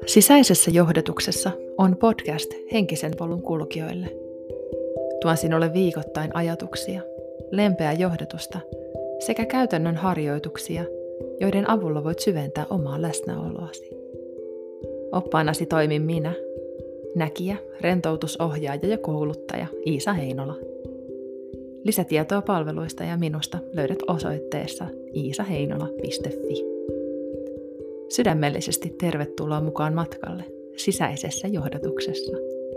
Sisäisessä johdatuksessa on podcast henkisen polun kulkijoille. Tuon sinulle viikoittain ajatuksia, lempeää johdatusta sekä käytännön harjoituksia, joiden avulla voit syventää omaa läsnäoloasi. Oppaanasi toimin minä, näkijä, rentoutusohjaaja ja kouluttaja Iisa Heinola. Lisätietoa palveluista ja minusta löydät osoitteessa iisaheinola.fi. Sydämellisesti tervetuloa mukaan matkalle sisäisessä johdatuksessa.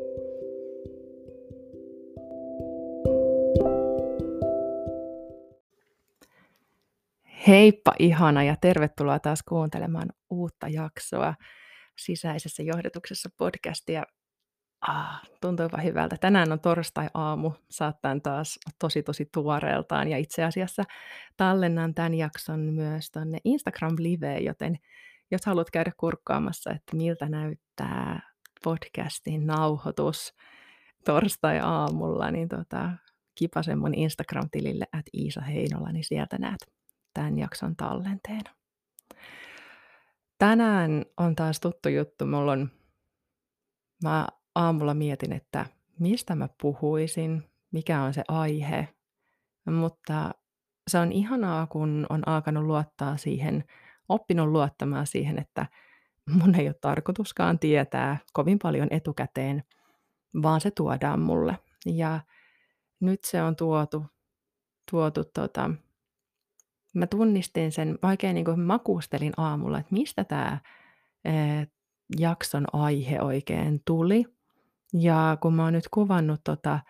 Heippa ihana ja tervetuloa taas kuuntelemaan uutta jaksoa sisäisessä johdatuksessa podcastia. Tuntuupa hyvältä. Tänään on torstai-aamu, saattaa taas tosi tuoreeltaan ja itse asiassa tallennan tämän jakson myös tonne Instagram-liveen, joten jos haluat käydä kurkkaamassa, että miltä näyttää podcastin nauhoitus torstai-aamulla, niin kipase mun Instagram-tilille @iisaheinola, niin sieltä näet tämän jakson tallenteena. Tänään on taas tuttu juttu. Mä aamulla mietin, että mistä mä puhuisin, mikä on se aihe, mutta se on ihanaa, kun on alkanut luottaa siihen, oppinut luottamaan siihen, että mun ei ole tarkoituskaan tietää kovin paljon etukäteen, vaan se tuodaan mulle. Ja nyt se on tuotu mä tunnistin sen, oikein niin kuin makustelin aamulla, että mistä tämä jakson aihe oikein tuli. Ja kun mä oon nyt kuvannut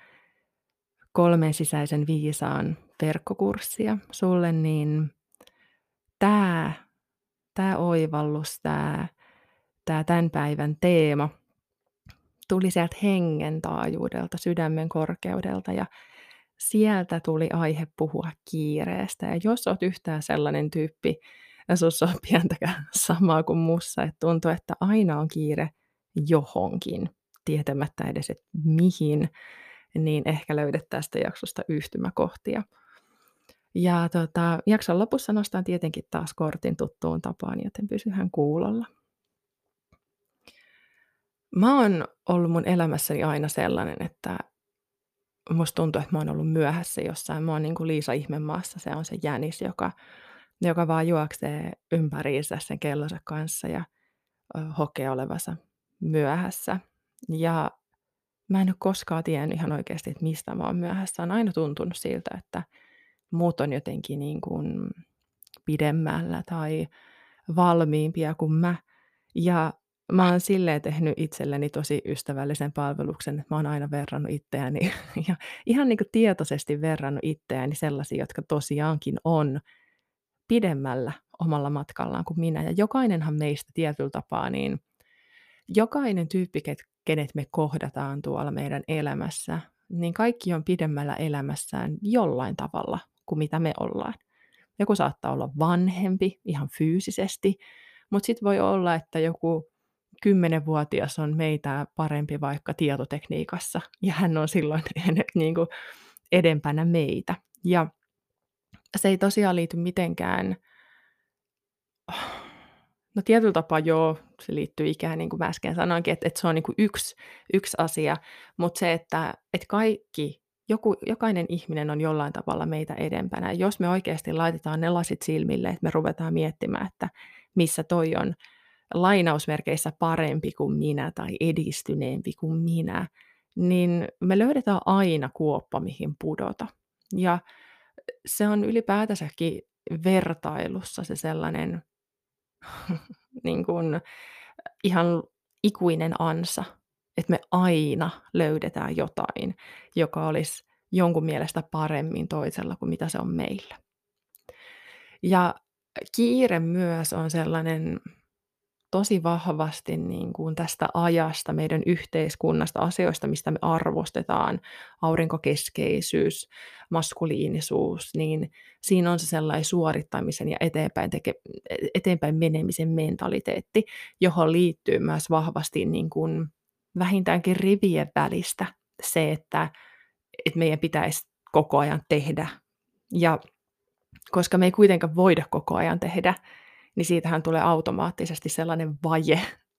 3 sisäisen viisaan verkkokurssia sulle, niin tämä oivallus, tämä tämän päivän teema tuli sieltä hengen taajuudelta, sydämen korkeudelta ja sieltä tuli aihe puhua kiireestä. Ja jos olet yhtään sellainen tyyppi, ja sinussa on pientäkään samaa kuin mussa, että tuntuu, että aina on kiire johonkin, tietämättä edes, että mihin, niin ehkä löydät tästä jaksosta yhtymäkohtia. Ja jakson lopussa nostan tietenkin taas kortin tuttuun tapaan, joten pysyhän kuulolla. Mä oon ollut mun elämässäni aina sellainen, että musta tuntuu, että mä oon ollut myöhässä jossain. Mä oon niin kuin Liisa Ihmemaassa, se on se jänis, joka vaan juoksee ympäriinsä sen kellonsa kanssa ja hokee olevansa myöhässä. Ja mä en ole koskaan tiennyt ihan oikeasti, että mistä mä oon myöhässä. On aina tuntunut siltä, että muut on jotenkin niin kuin pidemmällä tai valmiimpia kuin mä. Ja mä oon silleen tehnyt itselleni tosi ystävällisen palveluksen, että mä oon aina verrannut itseäni ja ihan niin kuin tietoisesti verrannut itseäni sellaisia, jotka tosiaankin on pidemmällä omalla matkallaan kuin minä. Ja jokainenhan meistä tietyllä tapaa, niin jokainen tyyppi, kenet me kohdataan tuolla meidän elämässä, niin kaikki on pidemmällä elämässään jollain tavalla kuin mitä me ollaan. Joku saattaa olla vanhempi ihan fyysisesti, mutta sitten voi olla, että joku 10-vuotias on meitä parempi vaikka tietotekniikassa, ja hän on silloin niin kuin edempänä meitä. Ja se ei tosiaan liity mitenkään, no tietyllä tapaa joo, se liittyy ikään niin kuin mä äsken sanoinkin, että se on niin kuin yksi asia, mutta se, että jokainen ihminen on jollain tavalla meitä edempänä. Jos me oikeasti laitetaan ne lasit silmille, että me ruvetaan miettimään, että missä toi on lainausmerkeissä parempi kuin minä tai edistyneempi kuin minä, niin me löydetään aina kuoppa, mihin pudota. Ja se on ylipäätänsäkin vertailussa se sellainen niin kuin ihan ikuinen ansa, että me aina löydetään jotain, joka olisi jonkun mielestä paremmin toisella kuin mitä se on meillä. Ja kiire myös on sellainen tosi vahvasti niin kuin tästä ajasta, meidän yhteiskunnasta, asioista, mistä me arvostetaan, aurinkokeskeisyys, maskuliinisuus, niin siinä on se sellainen suorittamisen ja eteenpäin menemisen mentaliteetti, johon liittyy myös vahvasti niin kuin vähintäänkin rivien välistä se, että meidän pitäisi koko ajan tehdä. Ja koska me ei kuitenkaan voida koko ajan tehdä, niin siitähän tulee automaattisesti sellainen vaje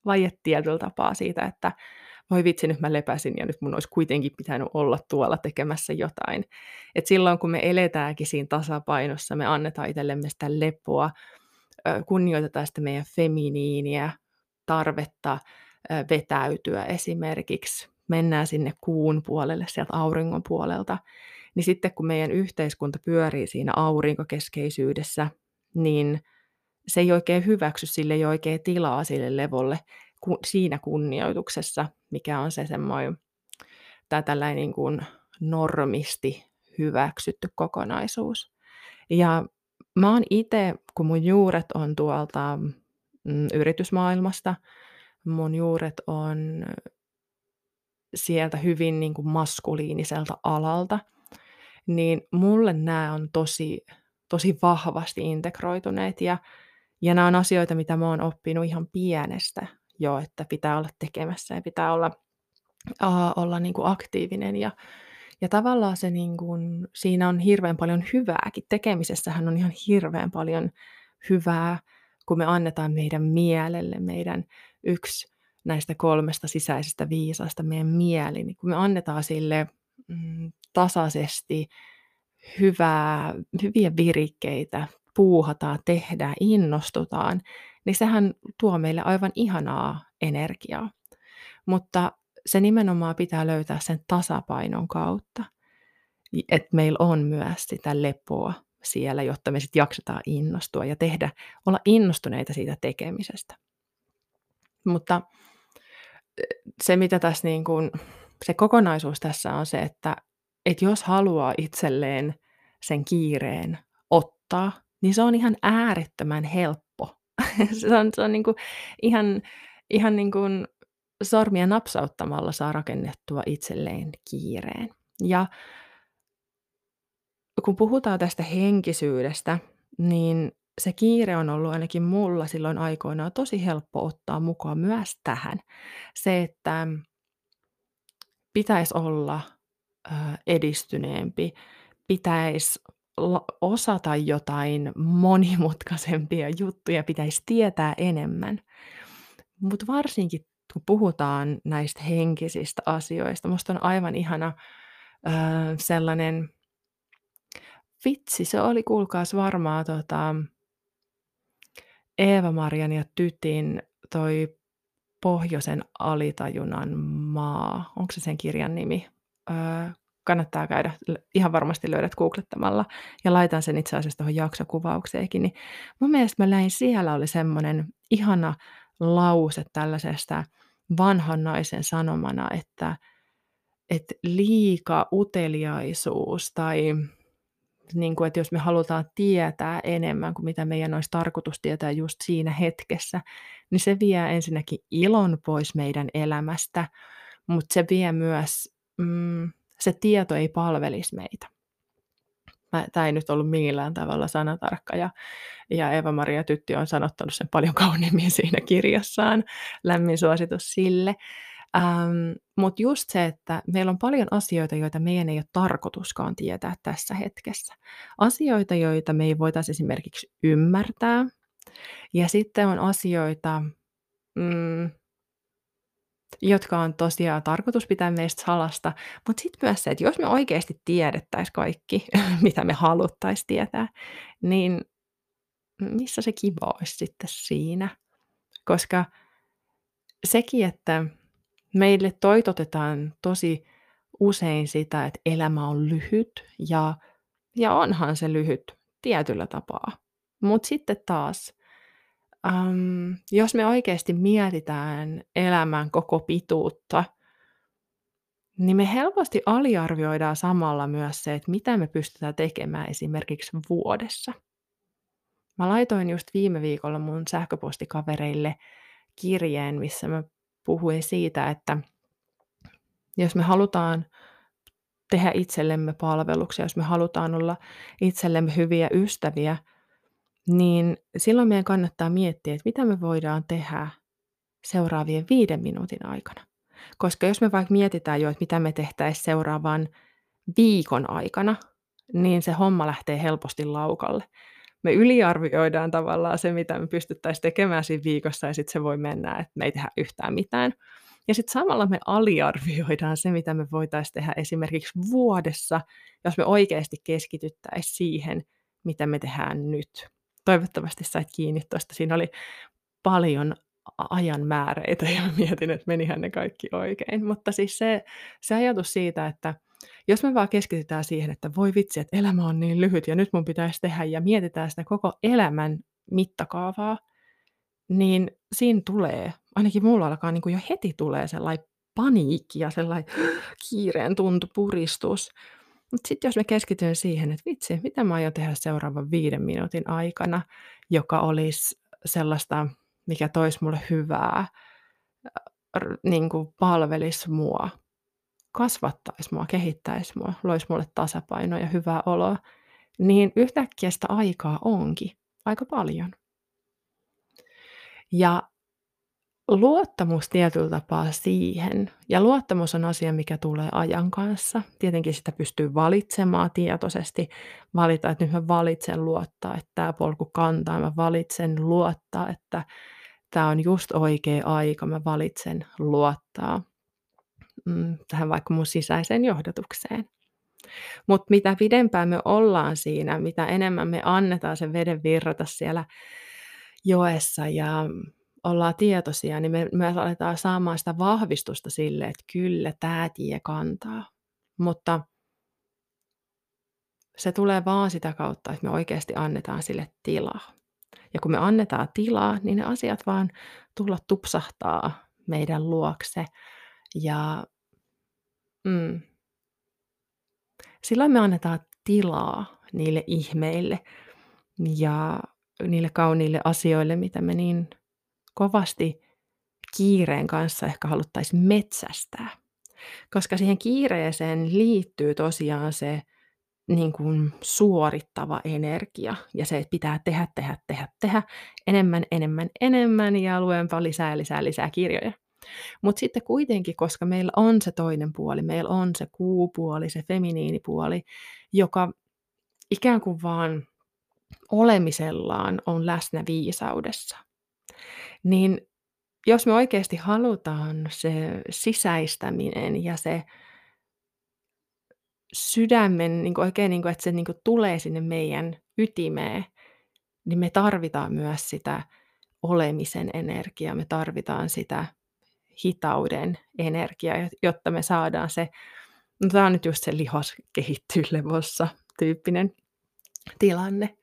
vaje tietyllä tapaa siitä, että voi vitsi, nyt mä lepäsin ja nyt mun olisi kuitenkin pitänyt olla tuolla tekemässä jotain. Et silloin kun me eletäänkin siinä tasapainossa, me annetaan itsellemme sitä lepoa, kunnioitetaan sitä meidän feminiiniä, tarvetta vetäytyä esimerkiksi, mennään sinne kuun puolelle sieltä auringon puolelta, niin sitten kun meidän yhteiskunta pyörii siinä aurinkokeskeisyydessä, niin se ei oikein hyväksy, sille ei oikein tilaa sille levolle siinä kunnioituksessa, mikä on se semmoinen, tai tällainen niin kuin normisti hyväksytty kokonaisuus. Ja mä oon itse, kun mun juuret on tuolta yritysmaailmasta, mun juuret on sieltä hyvin niin kuin maskuliiniselta alalta, niin mulle nämä on tosi vahvasti integroituneet ja nämä on asioita, mitä mä oon oppinut ihan pienestä jo, että pitää olla tekemässä ja pitää olla niin kuin aktiivinen ja tavallaan se niin kuin, siinä on hirveän paljon hyvääkin. Tekemisessähän on ihan hirveän paljon hyvää, kun me annetaan meidän mielelle, meidän yksi näistä 3 sisäisestä viisaasta, meidän mieli, niin kun me annetaan sille tasaisesti hyviä virikkeitä, puuhataan, tehdään, innostutaan, niin sehän tuo meille aivan ihanaa energiaa. Mutta se nimenomaan pitää löytää sen tasapainon kautta, että meillä on myös sitä lepoa siellä, jotta me sitten jaksetaan innostua ja olla innostuneita siitä tekemisestä. Mutta se, mitä tässä niin kuin, se kokonaisuus tässä on se, että jos haluaa itselleen sen kiireen ottaa, niin se on ihan äärettömän helppo. se on niin kuin ihan niin kuin sormia napsauttamalla saa rakennettua itselleen kiireen. Ja kun puhutaan tästä henkisyydestä, niin se kiire on ollut ainakin mulla silloin aikoinaan tosi helppo ottaa mukaan myös tähän. Se, että pitäisi olla edistyneempi, pitäisi osata jotain monimutkaisempia juttuja, pitäisi tietää enemmän. Mutta varsinkin kun puhutaan näistä henkisistä asioista, musta on aivan ihana sellainen, vitsi, se oli kuulkaas varmaan Eeva-Marian ja Tytin toi Pohjoisen alitajunnan maa. Onko se sen kirjan nimi? Kannattaa käydä, ihan varmasti löydät googlettamalla ja laitan sen itse asiassa tuohon jaksokuvaukseenkin. Niin mun mielestä mä näin, siellä oli semmoinen ihana lause tällaisesta vanhan naisen sanomana, että liika uteliaisuus tai niin kuin, että jos me halutaan tietää enemmän kuin mitä meidän olisi tarkoitus tietää just siinä hetkessä, niin se vie ensinnäkin ilon pois meidän elämästä, mutta se vie myös, se tieto ei palvelisi meitä. Tämä ei nyt ollut millään tavalla sanatarkka ja Eeva-Maria Tytti on sanottanut sen paljon kauniimmin siinä kirjassaan. Lämmin suositus sille. Mutta just se, että meillä on paljon asioita, joita meidän ei ole tarkoituskaan tietää tässä hetkessä. Asioita, joita me ei voitaisiin esimerkiksi ymmärtää. Ja sitten on asioita, jotka on tosiaan tarkoitus pitää meistä salasta. Mutta sitten myös se, että jos me oikeasti tiedettäisiin kaikki, mitä me haluttaisiin tietää, niin missä se kiva olisi sitten siinä? Koska sekin, että meille toitotetaan tosi usein sitä, että elämä on lyhyt ja onhan se lyhyt tietyllä tapaa. Mutta sitten taas, jos me oikeasti mietitään elämän koko pituutta, niin me helposti aliarvioidaan samalla myös se, että mitä me pystytään tekemään esimerkiksi vuodessa. Mä laitoin just viime viikolla mun sähköpostikavereille kirjeen, missä mä puhuin siitä, että jos me halutaan tehdä itsellemme palveluksia, jos me halutaan olla itsellemme hyviä ystäviä, niin silloin meidän kannattaa miettiä, että mitä me voidaan tehdä seuraavien 5 minuutin aikana. Koska jos me vaikka mietitään jo, että mitä me tehtäisiin seuraavan viikon aikana, niin se homma lähtee helposti laukalle. me yliarvioidaan tavallaan se, mitä me pystyttäisiin tekemään siinä viikossa, ja sitten se voi mennä, että me ei tehdä yhtään mitään. Ja sitten samalla me aliarvioidaan se, mitä me voitaisiin tehdä esimerkiksi vuodessa, jos me oikeasti keskityttäisiin siihen, mitä me tehdään nyt. Toivottavasti sait kiinni tuosta. Siinä oli paljon ajan määreitä ja mä mietin, että menihän ne kaikki oikein. Mutta siis se ajatus siitä, että jos me vaan keskitytään siihen, että voi vitsi, että elämä on niin lyhyt ja nyt mun pitäisi tehdä ja mietitään sitä koko elämän mittakaavaa, niin siinä tulee, ainakin mulla alkaa niin kuin jo heti tulee sellainen paniikki ja sellainen kiireen tuntu, puristus. Mutta sitten jos mä keskityn siihen, että vitsi, mitä mä aion tehdä seuraavan 5 minuutin aikana, joka olisi sellaista, mikä toisi mulle hyvää, niin kuin palvelisi mua, kasvattaisi mua, kehittäisi mua, loisi mulle tasapainoa ja hyvää oloa, niin yhtäkkiä sitä aikaa onkin aika paljon. Ja luottamus tietyllä tapaa siihen, ja luottamus on asia, mikä tulee ajan kanssa. Tietenkin sitä pystyy valitsemaan tietoisesti, valita, että nyt mä valitsen luottaa, että tämä polku kantaa, mä valitsen luottaa, että tämä on just oikea aika, mä valitsen luottaa tähän vaikka mun sisäiseen johdatukseen. Mutta mitä pidempään me ollaan siinä, mitä enemmän me annetaan sen veden virrata siellä joessa ja ollaan tietoisia, niin me myös aletaan saamaan sitä vahvistusta sille, että kyllä tämä tie kantaa. Mutta se tulee vaan sitä kautta, että me oikeasti annetaan sille tilaa. Ja kun me annetaan tilaa, niin ne asiat vaan tulla tupsahtaa meidän luokse. Ja silloin me annetaan tilaa niille ihmeille ja niille kauniille asioille, mitä me niin kovasti kiireen kanssa ehkä haluttaisiin metsästää. Koska siihen kiireeseen liittyy tosiaan se niin kuin suorittava energia ja se, että pitää tehdä enemmän ja luenpa lisää kirjoja. Mutta sitten kuitenkin, koska meillä on se toinen puoli, meillä on se kuupuoli, se feminiinipuoli, joka ikään kuin vaan olemisellaan on läsnä viisaudessa, niin jos me oikeasti halutaan se sisäistäminen ja se sydämen, niin kuin oikein, niin kuin, että se niin kuin tulee sinne meidän ytimeen, niin me tarvitaan myös sitä olemisen energiaa, me tarvitaan sitä hitauden energiaa, jotta me saadaan se, no tämä on nyt just se lihas kehittyy levossa tyyppinen tilanne.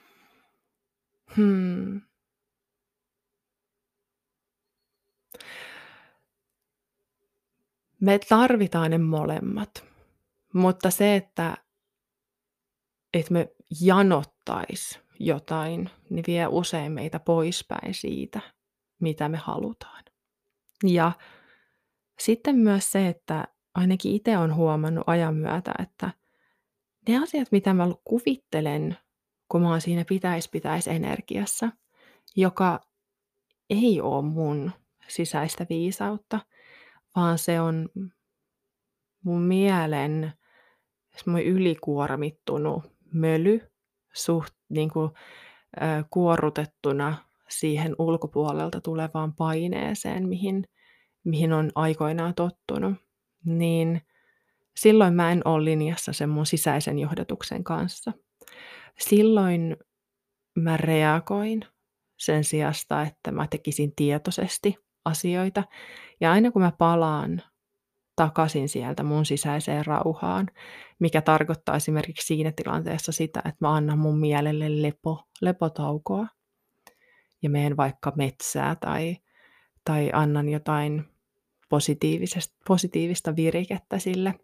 Me tarvitaan ne molemmat, mutta se, että me janottais jotain, niin vie usein meitä poispäin siitä, mitä me halutaan. Ja sitten myös se, että ainakin itse olen huomannut ajan myötä, että ne asiat, mitä mä kuvittelen, kun mä oon siinä pitäis energiassa, joka ei ole mun sisäistä viisautta, vaan se on mun mielen semmoinen ylikuormittunut möly niin kuin, kuorrutettuna siihen ulkopuolelta tulevaan paineeseen, mihin on aikoinaan tottunut, niin silloin mä en ole linjassa sen mun sisäisen johdatuksen kanssa. Silloin mä reagoin sen sijasta, että mä tekisin tietoisesti asioita. Ja aina kun mä palaan takaisin sieltä mun sisäiseen rauhaan, mikä tarkoittaa esimerkiksi siinä tilanteessa sitä, että mä annan mun mielelle lepotaukoa ja menen vaikka metsää tai annan jotain positiivista virikettä sille.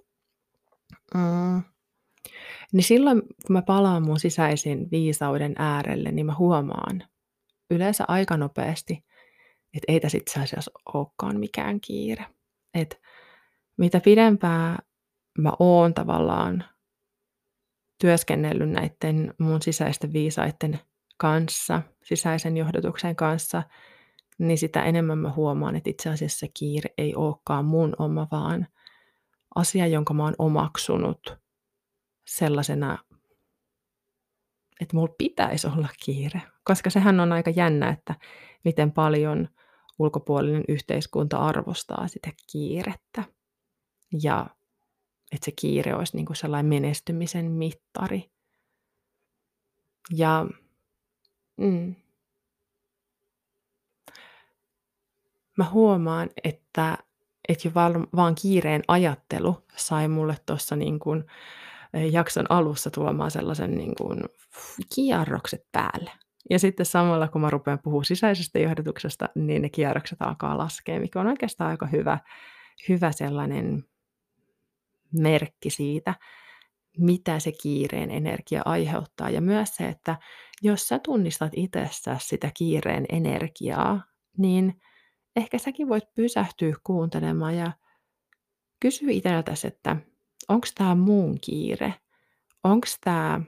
Niin silloin, kun mä palaan mun sisäisen viisauden äärelle, niin mä huomaan yleensä aika nopeasti, että ei tässä itse asiassa olekaan mikään kiire. Että mitä pidempään mä oon tavallaan työskennellyt näiden mun sisäisten viisaiden kanssa, sisäisen johdatuksen kanssa, niin sitä enemmän mä huomaan, että itse asiassa se kiire ei olekaan mun oma, vaan asia, jonka mä oon omaksunut sellaisena että mulla pitäisi olla kiire, koska sehän on aika jännä, että miten paljon ulkopuolinen yhteiskunta arvostaa sitä kiirettä ja että se kiire olisi niin kuin sellainen menestymisen mittari. Ja mm, mä huomaan, että jo vaan kiireen ajattelu sai mulle tuossa niin kuin jakson alussa tuomaan sellaisen niin kuin kierrokset päälle. Ja sitten samalla, kun mä rupean puhumaan sisäisestä johdotuksesta, niin ne kierrokset alkaa laskea, mikä on oikeastaan aika hyvä sellainen merkki siitä, mitä se kiireen energia aiheuttaa. Ja myös se, että jos sä tunnistat itsessäsi sitä kiireen energiaa, niin ehkä säkin voit pysähtyä kuuntelemaan ja kysyä itseltäsi, että onko tämä mun kiire? Onko tämä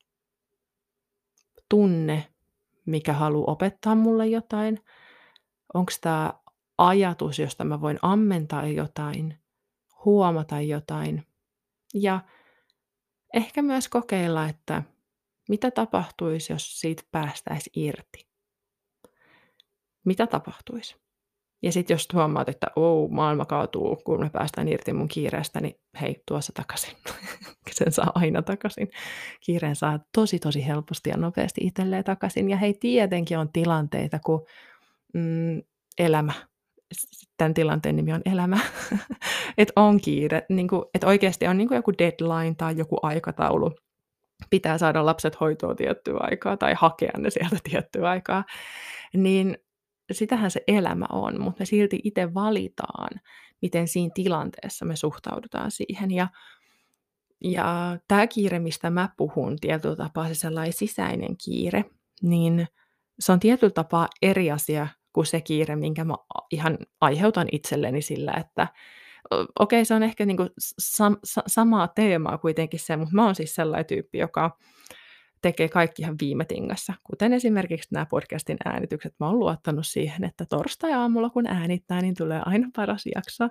tunne, mikä haluaa opettaa mulle jotain? Onko tämä ajatus, josta mä voin ammentaa jotain, huomata jotain? Ja ehkä myös kokeilla, että mitä tapahtuisi, jos siitä päästäisiin irti? Mitä tapahtuisi? Ja sitten jos huomaat, että maailma kaatuu, kun me päästään irti mun kiireestä, niin hei, tuossa takaisin. Sen saa aina takaisin. Kiireen saa tosi helposti ja nopeasti itselleen takaisin. Ja hei, tietenkin on tilanteita, kun elämä. Tämän tilanteen nimi on elämä. Että on kiire. Niin että oikeasti on niin kuin joku deadline tai joku aikataulu. Pitää saada lapset hoitoon tiettyä aikaa tai hakea ne sieltä tiettyä aikaa. Niin sitähän se elämä on, mutta me silti itse valitaan, miten siinä tilanteessa me suhtaudutaan siihen. Ja tämä kiire, mistä mä puhun, tietyllä tapaa se sellainen sisäinen kiire, niin se on tietyllä tapaa eri asia kuin se kiire, minkä mä ihan aiheutan itselleni sillä, että okei, se on ehkä niinku samaa teemaa kuitenkin se, mutta mä oon siis sellainen tyyppi, joka tekee kaikki ihan viime tingassa, kuten esimerkiksi nämä podcastin äänitykset. Mä oon luottanut siihen, että torstai-aamulla kun äänittää, niin tulee aina paras jakso.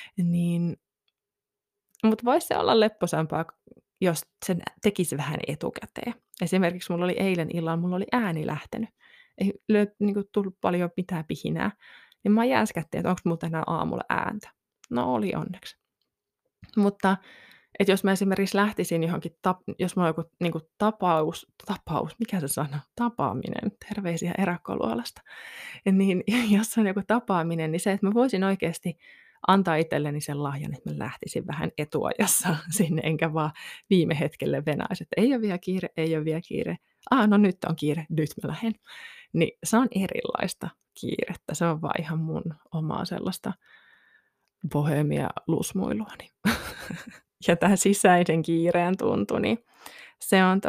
Mutta voisi se olla lepposampaa, jos sen tekisi vähän etukäteen. Esimerkiksi mulla oli eilen illalla, ääni lähtenyt. Ei niinku tullut paljon mitään pihinää. Niin mä jänskättiin, että onko mulla tänään aamulla ääntä. No oli onneksi. Mutta että jos mä esimerkiksi lähtisin johonkin, jos mulla on joku niin kuin tapaus, mikä se sana? Tapaaminen, terveisiä erakoluolasta. Niin jos on joku tapaaminen, niin se, että mä voisin oikeasti antaa itselleni sen lahjan, että mä lähtisin vähän etuajassa sinne, enkä vaan viime hetkelle venäisi, että ei ole vielä kiire, ei ole vielä kiire. No nyt on kiire, nyt mä lähden. Niin se on erilaista kiirettä, se on vaan ihan mun omaa sellaista bohemia lusmuiluani. Ja tämä sisäisen kiireen tuntu, niin se on,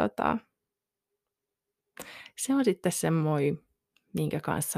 se on sitten semmoinen, minkä kanssa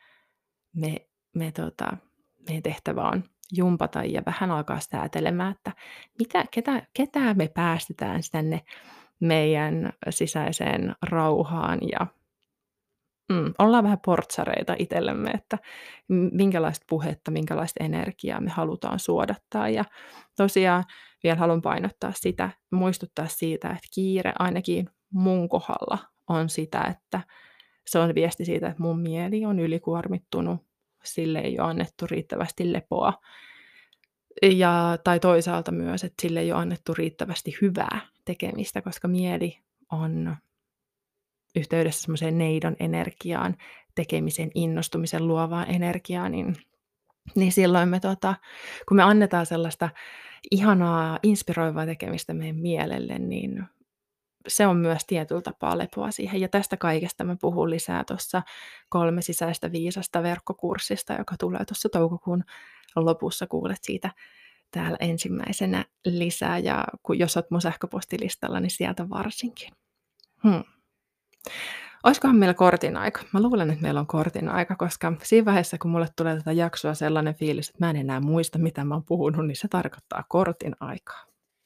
meidän tehtävä on jumpata ja vähän alkaa säätelemään, että ketä me päästetään tänne meidän sisäiseen rauhaan ja ollaan vähän portsareita itsellemme, että minkälaista puhetta, minkälaista energiaa me halutaan suodattaa. Ja tosiaan vielä haluan painottaa sitä, muistuttaa siitä, että kiire ainakin mun kohdalla on sitä, että se on viesti siitä, että mun mieli on ylikuormittunut, sille ei ole annettu riittävästi lepoa. Tai toisaalta myös, että sille ei ole annettu riittävästi hyvää tekemistä, koska mieli on yhteydessä semmoiseen neidon energiaan, tekemisen, innostumisen, luovaan energiaan, niin silloin me, kun me annetaan sellaista ihanaa, inspiroivaa tekemistä meidän mielelle, niin se on myös tietyllä tapaa lepoa siihen. Ja tästä kaikesta mä puhun lisää tuossa 3 sisäistä viisasta -verkkokurssista, joka tulee tuossa toukokuun lopussa. Kuulet siitä täällä ensimmäisenä lisää, ja jos olet mun sähköpostilistalla, niin sieltä varsinkin. Olisikohan meillä kortin aika? Mä luulen, että meillä on kortin aika, koska siinä vaiheessa, kun mulle tulee tätä jaksoa sellainen fiilis, että mä en enää muista, mitä mä oon puhunut, niin se tarkoittaa kortin aikaa.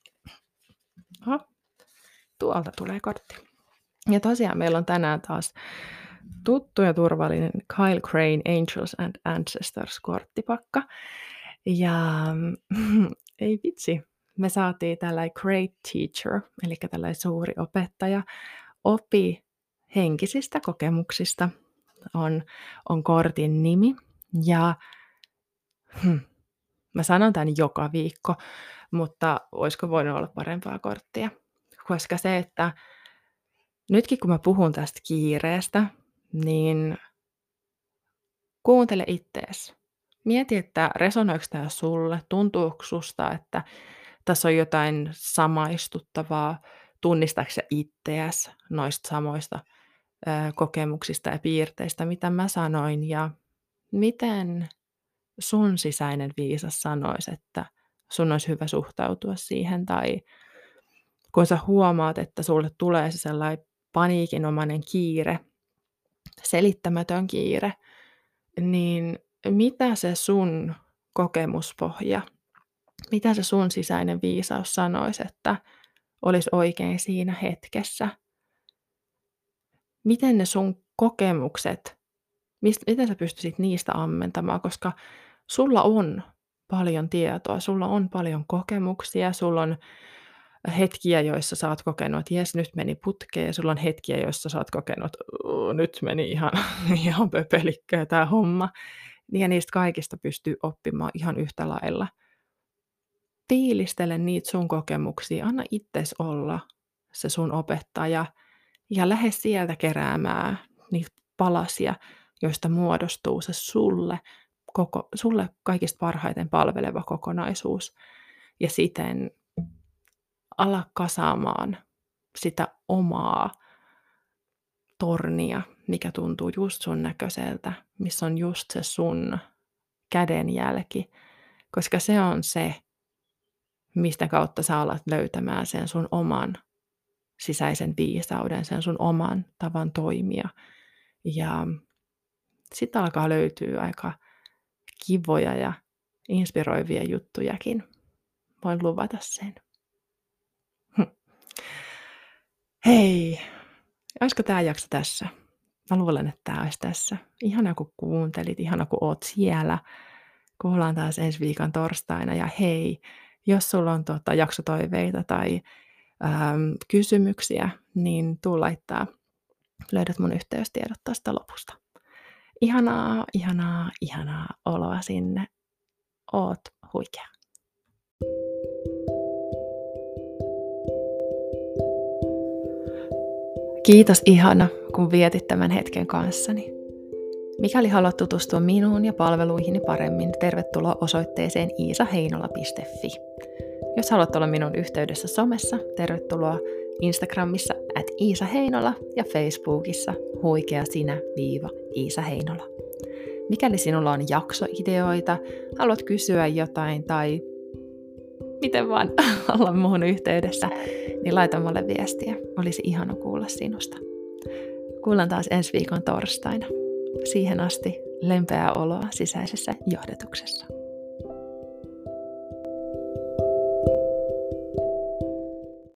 Tuolta tulee kortti. Ja tosiaan meillä on tänään taas tuttu ja turvallinen Kyle Crane Angels and Ancestors -korttipakka. Ja ei vitsi, me saatiin tällainen great teacher, eli tällainen suuri opettaja, Opi henkisistä kokemuksista on kortin nimi. Ja mä sanon tämän joka viikko, mutta olisiko voinut olla parempaa korttia? Koska se, että nytkin kun mä puhun tästä kiireestä, niin kuuntele ittees. Mieti, että resonoiko tämä sulle, tuntuuko susta, että tässä on jotain samaistuttavaa, tunnistatko sä itseäsi noista samoista kokemuksista ja piirteistä, mitä mä sanoin, ja miten sun sisäinen viisas sanoisi, että sun olisi hyvä suhtautua siihen, tai kun sä huomaat, että sulle tulee se sellainen paniikinomainen kiire, selittämätön kiire, niin mitä se sun kokemuspohja, mitä se sun sisäinen viisaus sanoisi, että olisi oikein siinä hetkessä? Miten ne sun kokemukset, miten sä pystyisit niistä ammentamaan, koska sulla on paljon tietoa, sulla on paljon kokemuksia, sulla on hetkiä, joissa sä oot kokenut, että jes, nyt meni putkeen, ja sulla on hetkiä, joissa sä oot kokenut, että nyt meni ihan pöpelikköä tämä homma. Ja niistä kaikista pystyy oppimaan ihan yhtä lailla. Fiilistele niitä sun kokemuksia, anna itses olla se sun opettaja, ja lähde sieltä keräämään niitä palasia, joista muodostuu se sulle kaikista parhaiten palveleva kokonaisuus. Ja siten ala kasaamaan sitä omaa tornia, mikä tuntuu just sun näköiseltä, missä on just se sun kädenjälki, koska se on se, mistä kautta sä alat löytämään sen sun oman sisäisen viisauden, sen sun oman tavan toimia. Ja sitten alkaa löytyä aika kivoja ja inspiroivia juttujakin. Voin luvata sen. Hei, olisiko tämä jakso tässä? Mä luulen, että tämä olisi tässä. Ihana kun kuuntelit, ihana kun oot siellä. Kuullaan taas ensi viikon torstaina. Ja hei, jos sulla on jaksotoiveita tai kysymyksiä, niin tuu laittaa. Löydät mun yhteystiedot tästä lopusta. Ihanaa oloa sinne. Oot huikea. Kiitos ihana, kun vietit tämän hetken kanssani. Mikäli haluat tutustua minuun ja palveluihini paremmin, tervetuloa osoitteeseen iisaheinola.fi. Jos haluat olla minun yhteydessä somessa, tervetuloa Instagramissa @iisaheinola ja Facebookissa huikeasinä-Iisa-Heinola. Mikäli sinulla on jaksoideoita, haluat kysyä jotain tai miten vaan olla muun yhteydessä, niin laita mulle viestiä. Olisi ihana kuulla sinusta. Kuullaan taas ensi viikon torstaina. Siihen asti lempeää oloa sisäisessä johdatuksessa.